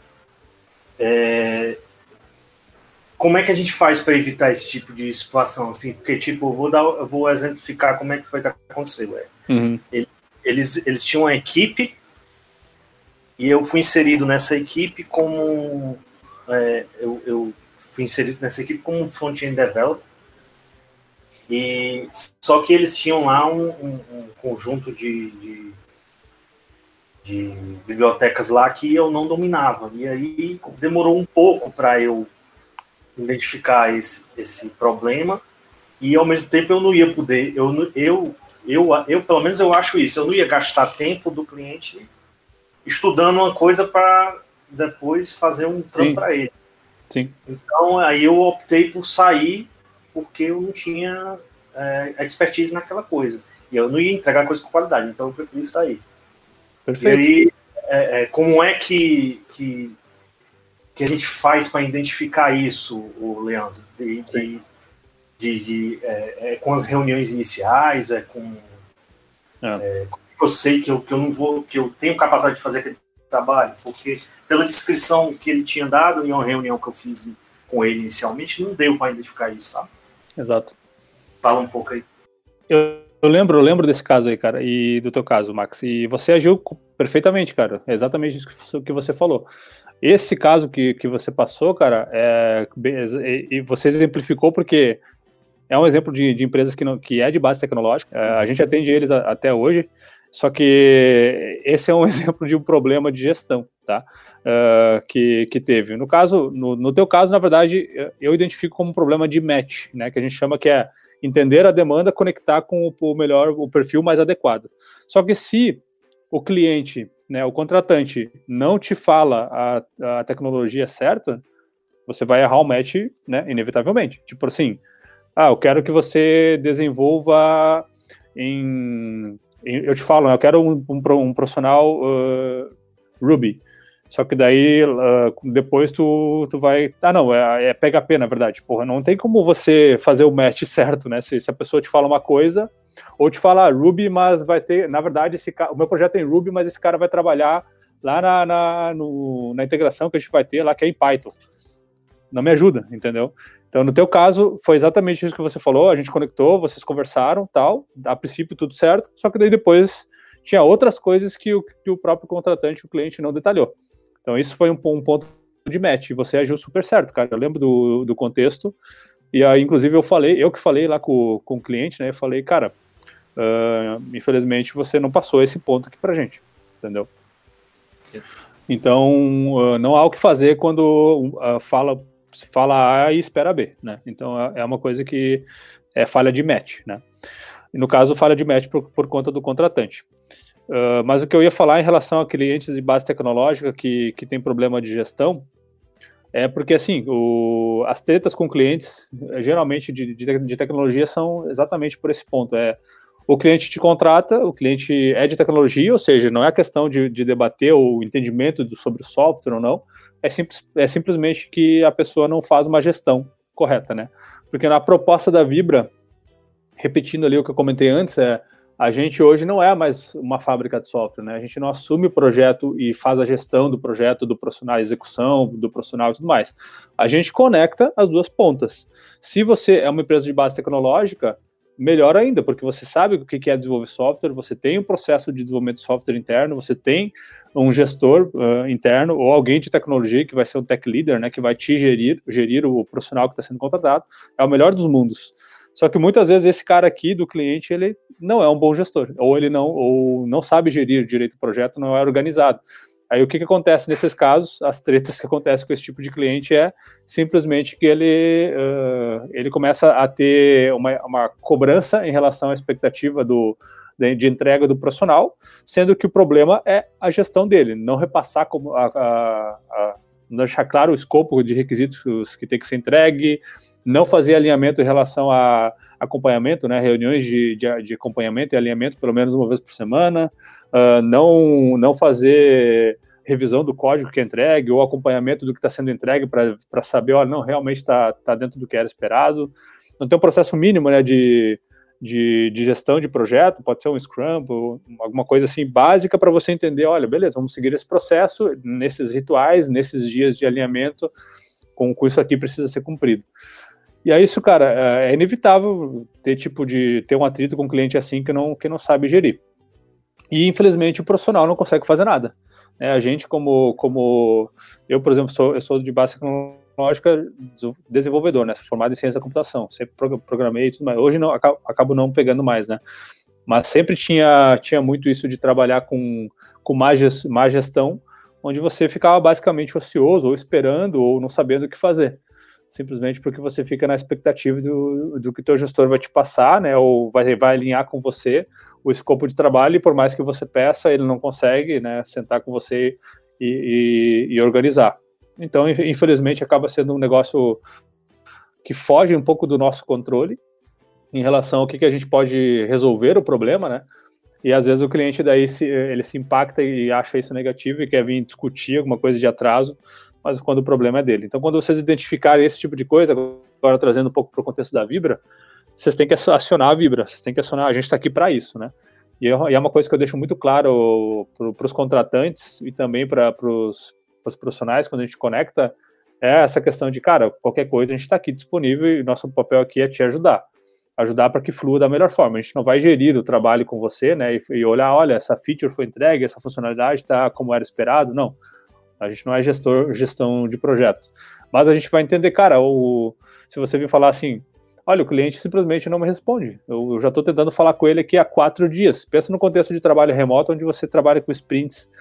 Como é que a gente faz para evitar esse tipo de situação, assim? Porque, tipo, eu vou exemplificar como é que foi que aconteceu. Eles tinham uma equipe e eu fui inserido nessa equipe como eu fui inserido nessa equipe como um front-end developer. E só que eles tinham lá um conjunto de bibliotecas lá que eu não dominava. E aí demorou um pouco para eu identificar esse problema, e ao mesmo tempo eu não ia poder, eu pelo menos eu acho isso, eu não ia gastar tempo do cliente estudando uma coisa para depois fazer um trampo para ele. Sim. Então aí eu optei por sair, porque eu não tinha expertise naquela coisa, e eu não ia entregar coisa com qualidade, então eu preferi sair. Perfeito. E aí, como é que a gente faz para identificar isso, o Leandro? Com as reuniões iniciais, eu sei que eu não vou, que eu tenho capacidade de fazer aquele trabalho, porque pela descrição que ele tinha dado em uma reunião que eu fiz com ele inicialmente, não deu para identificar isso, sabe? Exato. Fala um pouco aí. Eu lembro desse caso aí, cara, e do teu caso, Max, e você agiu perfeitamente, cara, é exatamente isso que você falou. Esse caso que você passou, cara, e você exemplificou porque é um exemplo de empresas que é de base tecnológica, a gente atende eles até hoje, só que esse é um exemplo de um problema de gestão, tá? Que teve. No caso, no teu caso, na verdade, eu identifico como um problema de match, né? Que a gente chama que é entender a demanda, conectar com o perfil mais adequado. Só que se o cliente, né, o contratante, não te fala a tecnologia certa, você vai errar o match, né, inevitavelmente. Tipo assim, eu quero que você desenvolva eu te falo, eu quero um profissional Ruby. Só que daí, depois tu vai... não, é PHP, na verdade. Porra, não tem como você fazer o match certo, né? Se a pessoa te fala uma coisa, ou te fala Ruby, mas vai ter... Na verdade, o meu projeto é em Ruby, mas esse cara vai trabalhar lá na integração que a gente vai ter lá, que é em Python. Não me ajuda, entendeu? Então, no teu caso, foi exatamente isso que você falou, a gente conectou, vocês conversaram, tal, a princípio tudo certo, só que daí depois tinha outras coisas que o próprio contratante, o cliente, não detalhou. Então, isso foi um ponto de match, e você agiu super certo, cara. Eu lembro do contexto, e aí, inclusive, eu que falei lá com o cliente, né, eu falei, cara, infelizmente você não passou esse ponto aqui pra gente, entendeu? Sim. Então, não há o que fazer quando fala A e espera B, né? Então, é uma coisa que é falha de match, né? E no caso, falha de match por conta do contratante. Mas o que eu ia falar em relação a clientes de base tecnológica que tem problema de gestão é porque, assim, as tretas com clientes, geralmente de tecnologia, são exatamente por esse ponto. O cliente te contrata, o cliente é de tecnologia, ou seja, não é a questão de debater o entendimento sobre o software ou não, é simplesmente que a pessoa não faz uma gestão correta, né? Porque na proposta da Vibra, repetindo ali o que eu comentei antes, a gente hoje não é mais uma fábrica de software, né? A gente não assume o projeto e faz a gestão do projeto, do profissional, a execução do profissional e tudo mais. A gente conecta as duas pontas. Se você é uma empresa de base tecnológica, melhor ainda, porque você sabe o que é desenvolver software, você tem um processo de desenvolvimento de software interno, você tem um gestor interno ou alguém de tecnologia que vai ser um tech leader, né, que vai te gerir o profissional que está sendo contratado. É o melhor dos mundos. Só que muitas vezes esse cara aqui do cliente, ele não é um bom gestor, ou não sabe gerir direito o projeto, não é organizado. Aí o que acontece nesses casos, as tretas que acontecem com esse tipo de cliente é simplesmente que ele começa a ter uma cobrança em relação à expectativa de entrega do profissional, sendo que o problema é a gestão dele, não repassar não deixar claro o escopo de requisitos que tem que ser entregue, não fazer alinhamento em relação a acompanhamento, né, reuniões de acompanhamento e alinhamento pelo menos uma vez por semana, não fazer revisão do código que é entregue, ou acompanhamento do que está sendo entregue para saber, olha, não, realmente está dentro do que era esperado. Não tem um processo mínimo, né, de gestão de projeto, pode ser um Scrum, alguma coisa assim básica para você entender, olha, beleza, vamos seguir esse processo, nesses rituais, nesses dias de alinhamento, com isso aqui precisa ser cumprido. E aí isso, cara, é inevitável ter um atrito com um cliente assim que não sabe gerir. E, infelizmente, o profissional não consegue fazer nada. A gente, como eu, por exemplo, eu sou de base tecnológica, desenvolvedor, né? Formado em ciência da computação, sempre programei e tudo mais. Hoje acabo não pegando mais, né? Mas sempre tinha muito isso de trabalhar com má gestão, onde você ficava basicamente ocioso, ou esperando, ou não sabendo o que fazer. Simplesmente porque você fica na expectativa do que o teu gestor vai te passar, né, ou vai alinhar com você o escopo de trabalho, e por mais que você peça, ele não consegue, né, sentar com você e organizar. Então, infelizmente, acaba sendo um negócio que foge um pouco do nosso controle em relação ao que a gente pode resolver o problema, né, e às vezes o cliente daí ele se impacta e acha isso negativo e quer vir discutir alguma coisa de atraso, mas quando o problema é dele. Então, quando vocês identificarem esse tipo de coisa, agora trazendo um pouco para o contexto da Vibra, vocês têm que acionar a Vibra, vocês têm que acionar, a gente está aqui para isso, né? E é uma coisa que eu deixo muito claro para os contratantes e também para os profissionais, quando a gente conecta, é essa questão de, cara, qualquer coisa a gente está aqui disponível e nosso papel aqui é te ajudar para que flua da melhor forma. A gente não vai gerir o trabalho com você, né, e olhar, olha, essa feature foi entregue, essa funcionalidade está como era esperado, não. A gente não é gestão de projeto. Mas a gente vai entender, cara, se você vir falar assim, olha, o cliente simplesmente não me responde. Eu já estou tentando falar com ele aqui há 4 dias. Pensa no contexto de trabalho remoto, onde você trabalha com sprints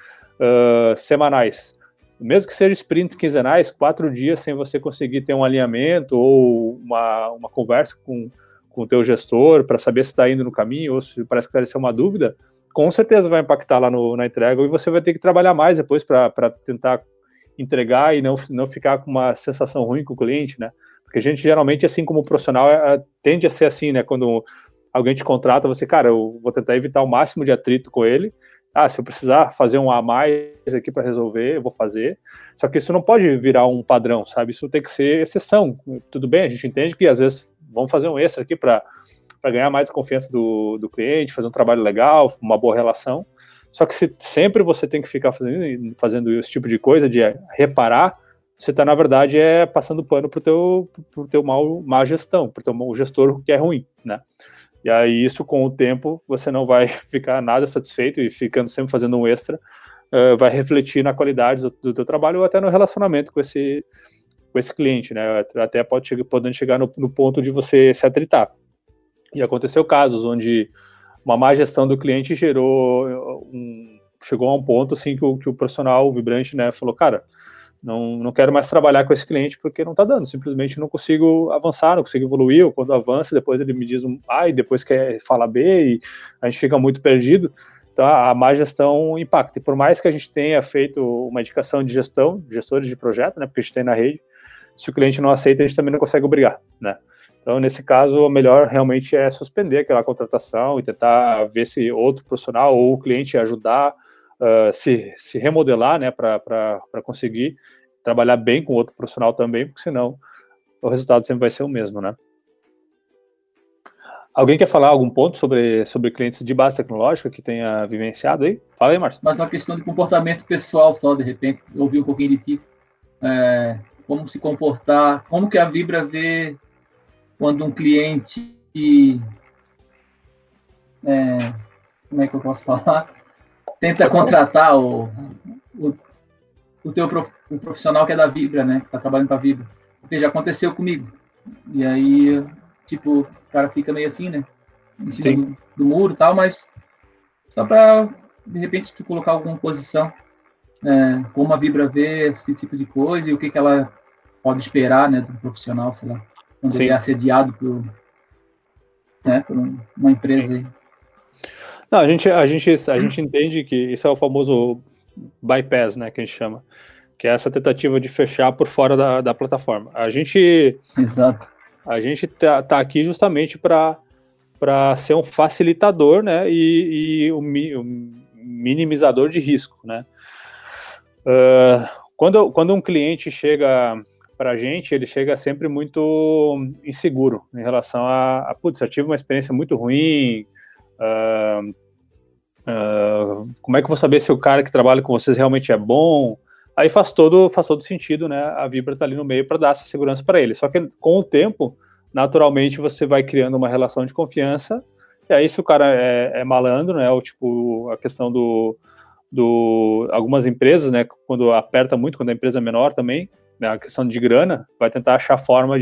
semanais. Mesmo que seja sprints quinzenais, 4 dias sem você conseguir ter um alinhamento ou uma conversa com o teu gestor para saber se está indo no caminho ou se parece que esclarecer uma dúvida, com certeza vai impactar lá na entrega, e você vai ter que trabalhar mais depois para tentar entregar e não ficar com uma sensação ruim com o cliente, né? Porque a gente geralmente, assim como profissional, tende a ser assim, né? Quando alguém te contrata, você, cara, eu vou tentar evitar o máximo de atrito com ele. Se eu precisar fazer um a mais aqui para resolver, eu vou fazer. Só que isso não pode virar um padrão, sabe? Isso tem que ser exceção. Tudo bem, a gente entende que às vezes vamos fazer um extra aqui para ganhar mais confiança do cliente, fazer um trabalho legal, uma boa relação. Só que se sempre você tem que ficar fazendo esse tipo de coisa, de reparar, você está, na verdade, passando pano pro teu má gestão, pro teu gestor que é ruim, né? E aí, isso, com o tempo, você não vai ficar nada satisfeito e ficando sempre fazendo um extra, vai refletir na qualidade do teu trabalho ou até no relacionamento com esse cliente, né? Até podendo chegar no ponto de você se atritar. E aconteceu casos onde uma má gestão do cliente chegou a um ponto assim que o profissional, o Vibrante, né, falou, cara, não quero mais trabalhar com esse cliente porque não está dando, simplesmente não consigo avançar, não consigo evoluir, ou quando avança, depois ele me diz A e depois quer falar B e a gente fica muito perdido. Então a má gestão impacta. E por mais que a gente tenha feito uma indicação de gestão, gestores de projeto, né, porque a gente tem na rede, se o cliente não aceita, a gente também não consegue obrigar, né? Então, nesse caso, o melhor realmente é suspender aquela contratação e tentar ver se outro profissional ou o cliente ajudar se remodelar, né, para conseguir trabalhar bem com outro profissional também, porque senão o resultado sempre vai ser o mesmo, né? Alguém quer falar algum ponto sobre clientes de base tecnológica que tenha vivenciado aí? Fala aí, Márcio. Mas uma questão de comportamento pessoal só, de repente, ouvir um pouquinho de ti. Como se comportar, como que a Vibra vê quando um cliente, como é que eu posso falar, tenta contratar o profissional que é da Vibra, né, que está trabalhando para a Vibra. Porque já aconteceu comigo. E aí, tipo, o cara fica meio assim, né, em cima do muro e tal, mas só para, de repente, tu colocar alguma posição, como a Vibra vê esse tipo de coisa e o que ela pode esperar, né, do profissional, sei lá. Quando ele é assediado por uma empresa aí. Não, a gente entende que isso é o famoso bypass, né, que a gente chama, que é essa tentativa de fechar por fora da plataforma. Exato. A gente tá aqui justamente para ser um facilitador, né, e um minimizador de risco, né. Quando um cliente chega para a gente, ele chega sempre muito inseguro em relação putz, eu tive uma experiência muito ruim, como é que eu vou saber se o cara que trabalha com vocês realmente é bom? Aí faz todo sentido, né? A Vibra tá ali no meio para dar essa segurança para ele. Só que com o tempo, naturalmente, você vai criando uma relação de confiança, e aí se o cara é malandro, né? Ou tipo, a questão algumas empresas, né? Quando aperta muito, quando a empresa é menor também, né, a questão de grana, vai tentar achar forma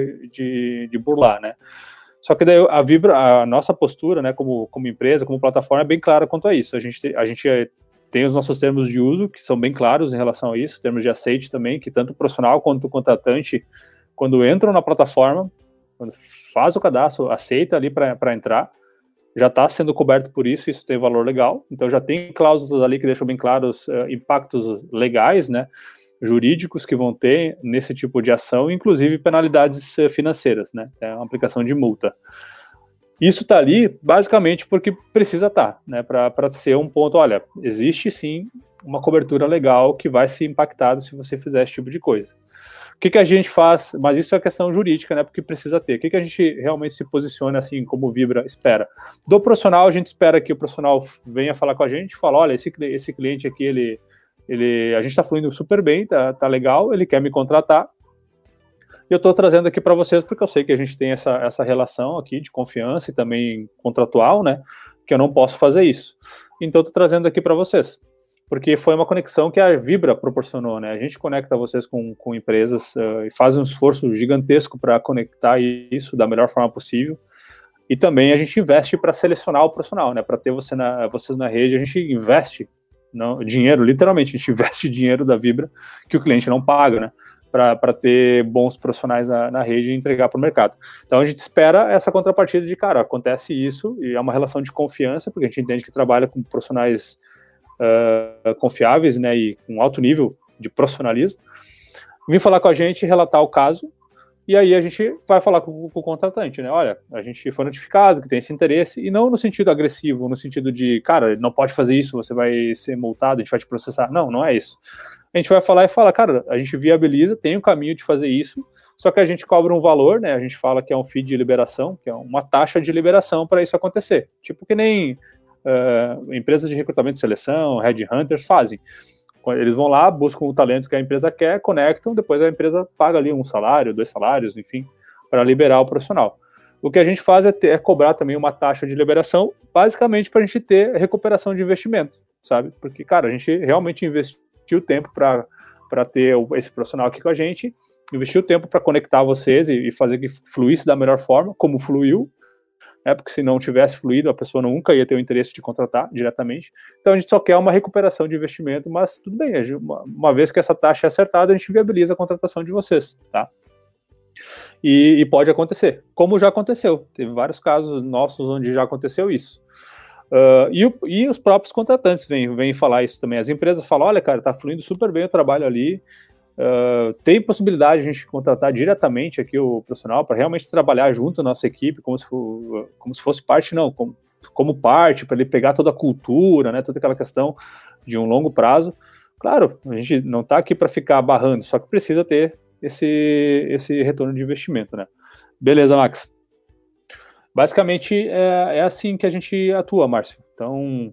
de burlar, né? Só que daí a Vibra, a nossa postura, né, como empresa, como plataforma, é bem clara quanto a isso. A gente tem os nossos termos de uso, que são bem claros em relação a isso, termos de aceite também, que tanto o profissional quanto o contratante, quando entram na plataforma, quando faz o cadastro, aceita ali para entrar, já está sendo coberto por isso tem valor legal. Então já tem cláusulas ali que deixam bem claros impactos legais, né, jurídicos que vão ter nesse tipo de ação, inclusive penalidades financeiras, né? É uma aplicação de multa. Isso está ali basicamente porque precisa estar, né? Para ser um ponto, olha, existe sim uma cobertura legal que vai ser impactada se você fizer esse tipo de coisa. O que a gente faz? Mas isso é questão jurídica, né? Porque precisa ter. O que a gente realmente se posiciona assim, como o Vibra espera? Do profissional, a gente espera que o profissional venha falar com a gente, fala, olha, esse cliente aqui, a gente está fluindo super bem, tá legal, ele quer me contratar, e eu estou trazendo aqui para vocês porque eu sei que a gente tem essa relação aqui de confiança e também contratual, né, que eu não posso fazer isso. Então estou trazendo aqui para vocês, porque foi uma conexão que a Vibra proporcionou, né, a gente conecta vocês com empresas e faz um esforço gigantesco para conectar isso da melhor forma possível, e também a gente investe para selecionar o profissional, né, para ter vocês na rede, a gente investe dinheiro, literalmente, a gente investe dinheiro da Vibra que o cliente não paga, né, para ter bons profissionais na rede e entregar para o mercado. Então a gente espera essa contrapartida de, cara, acontece isso e é uma relação de confiança, porque a gente entende que trabalha com profissionais confiáveis, né, e com alto nível de profissionalismo. Vem falar com a gente, relatar o caso, e aí a gente vai falar com o contratante, né? Olha, a gente foi notificado que tem esse interesse, e não no sentido agressivo, no sentido de, cara, não pode fazer isso, você vai ser multado, a gente vai te processar. Não é isso. A gente vai falar e fala, cara, a gente viabiliza, tem um caminho de fazer isso, só que a gente cobra um valor, né? A gente fala que é um fee de liberação, que é uma taxa de liberação para isso acontecer. Tipo que nem empresas de recrutamento e seleção, headhunters fazem. Eles vão lá, buscam o talento que a empresa quer, conectam, depois a empresa paga ali um salário, 2 salários, enfim, para liberar o profissional. O que a gente faz é cobrar também uma taxa de liberação, basicamente para a gente ter recuperação de investimento, sabe? Porque, cara, a gente realmente investiu tempo para ter esse profissional aqui com a gente, investiu tempo para conectar vocês e fazer que fluísse da melhor forma, como fluiu, porque se não tivesse fluído, a pessoa nunca ia ter o interesse de contratar diretamente. Então a gente só quer uma recuperação de investimento, mas tudo bem, uma vez que essa taxa é acertada, a gente viabiliza a contratação de vocês, tá? E pode acontecer, como já aconteceu. Teve vários casos nossos onde já aconteceu isso. E os próprios contratantes vêm falar isso também. As empresas falam, olha, cara, tá fluindo super bem o trabalho ali, tem possibilidade de a gente contratar diretamente aqui o profissional para realmente trabalhar junto à nossa equipe, como se fosse parte, não, como parte, para ele pegar toda a cultura, né, toda aquela questão de um longo prazo. Claro, a gente não está aqui para ficar barrando, só que precisa ter esse retorno de investimento, né? Beleza, Max. Basicamente é assim que a gente atua, Márcio. Então,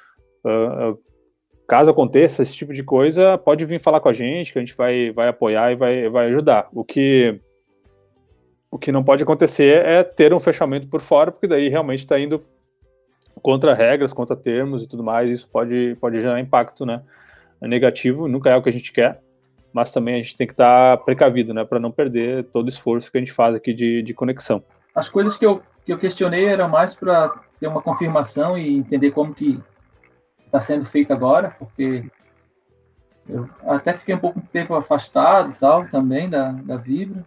caso aconteça esse tipo de coisa, pode vir falar com a gente, que a gente vai apoiar e vai ajudar. O que não pode acontecer é ter um fechamento por fora, porque daí realmente está indo contra regras, contra termos e tudo mais, isso pode gerar impacto, né, negativo, nunca é o que a gente quer, mas também a gente tem que estar precavido, né, para não perder todo o esforço que a gente faz aqui de conexão. As coisas que eu questionei eram mais para ter uma confirmação e entender como que está sendo feito agora, porque eu até fiquei um pouco de tempo afastado e tal, também da Vibra,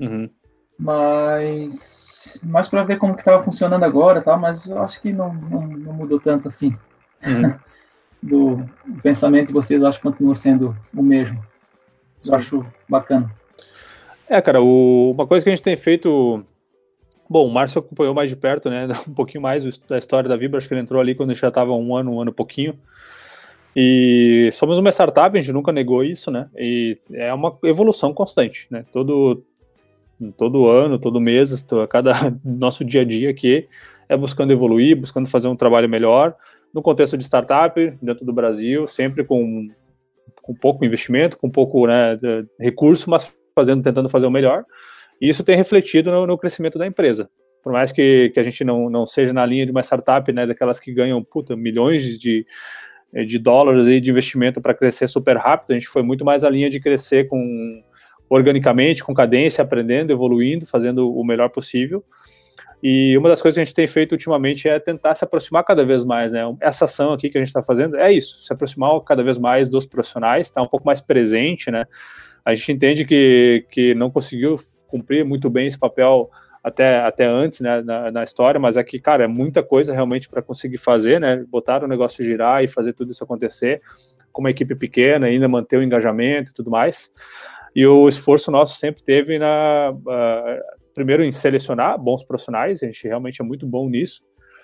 mas para ver como que estava funcionando agora, tal, mas eu acho que não mudou tanto assim. Do pensamento de vocês, eu acho que continua sendo o mesmo. Eu acho bacana. Cara, uma coisa que a gente tem feito... Bom, o Márcio acompanhou mais de perto, né, um pouquinho mais da história da Vibra, acho que ele entrou ali quando já estava um ano e pouquinho. E somos uma startup, a gente nunca negou isso, né? E é uma evolução constante, né? Todo ano, todo mês, cada nosso dia a dia aqui é buscando evoluir, buscando fazer um trabalho melhor, no contexto de startup, dentro do Brasil, sempre com pouco investimento, com pouco, né, recurso, mas tentando fazer o melhor. E isso tem refletido no crescimento da empresa. Por mais que a gente não seja na linha de uma startup, né, daquelas que ganham milhões de dólares aí de investimento para crescer super rápido, a gente foi muito mais a linha de crescer organicamente, com cadência, aprendendo, evoluindo, fazendo o melhor possível. E uma das coisas que a gente tem feito ultimamente é tentar se aproximar cada vez mais, né? Essa ação aqui que a gente está fazendo é isso, se aproximar cada vez mais dos profissionais, estar um pouco mais presente, né? A gente entende que não conseguiu cumprir muito bem esse papel até antes, né, na história, mas é que, cara, é muita coisa realmente para conseguir fazer, né? Botar o negócio girar e fazer tudo isso acontecer com uma equipe pequena, ainda manter o engajamento e tudo mais. E o esforço nosso sempre teve primeiro em selecionar bons profissionais, a gente realmente é muito bom nisso,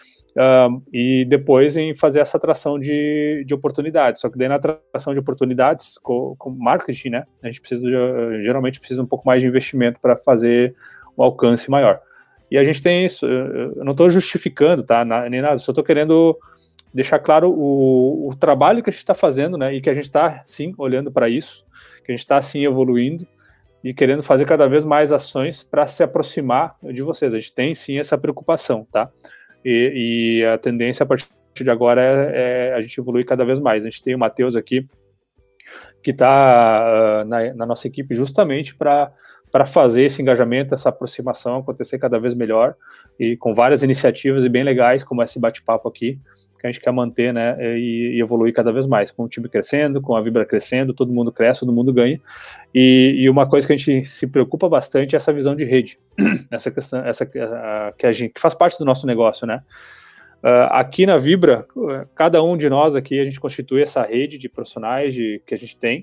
e depois em fazer essa atração de oportunidades. Só que daí na atração de oportunidades, com marketing, né, a gente geralmente precisa um pouco mais de investimento para fazer um alcance maior. E a gente tem isso, eu não estou justificando, tá, nem nada, só estou querendo deixar claro o trabalho que a gente está fazendo, né, e que a gente está, sim, olhando para isso, que a gente está, sim, evoluindo e querendo fazer cada vez mais ações para se aproximar de vocês. A gente tem, sim, essa preocupação, tá? E a tendência a partir de agora é a gente evoluir cada vez mais. A gente tem o Matheus aqui, que está na nossa equipe justamente para fazer esse engajamento, essa aproximação acontecer cada vez melhor, e com várias iniciativas e bem legais, como esse bate-papo aqui, que a gente quer manter, né, e evoluir cada vez mais, com o time crescendo, com a Vibra crescendo, todo mundo cresce, todo mundo ganha, e uma coisa que a gente se preocupa bastante é essa visão de rede, essa questão, que faz parte do nosso negócio, né. Aqui na Vibra, cada um de nós aqui, a gente constitui essa rede de profissionais que a gente tem,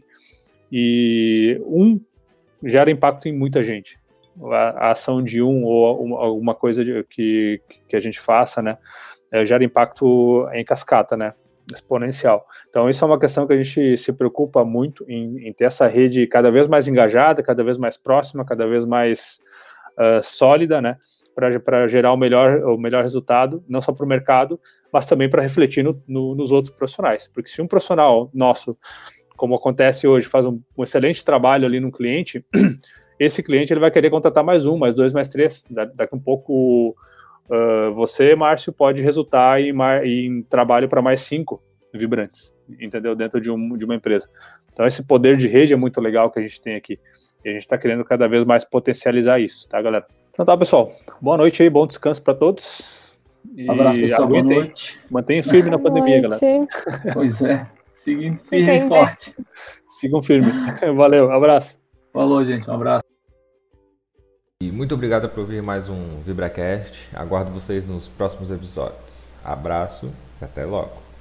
e gera impacto em muita gente. A ação de ou alguma coisa que a gente faça, né, gera impacto em cascata, né, exponencial. Então isso é uma questão que a gente se preocupa muito em ter essa rede cada vez mais engajada, cada vez mais próxima, cada vez mais sólida, né, para gerar o melhor resultado, não só para o mercado, mas também para refletir nos outros profissionais. Porque se um profissional nosso, como acontece hoje, faz um excelente trabalho ali no cliente, esse cliente ele vai querer contratar mais um, mais dois, mais três. Daqui a um pouco, você, Márcio, pode resultar em trabalho para mais 5 vibrantes, entendeu? Dentro de uma empresa. Então, esse poder de rede é muito legal que a gente tem aqui. E a gente está querendo cada vez mais potencializar isso, tá, galera? Então tá, pessoal. Boa noite aí, bom descanso para todos. Um abraço, pessoal. Boa noite. Mantenham firme na pandemia, galera. Pois é. Seguindo firme e forte. Sigam firme. Valeu, abraço. Falou, gente. Um abraço. E muito obrigado por ouvir mais um VibraCast. Aguardo vocês nos próximos episódios. Abraço e até logo.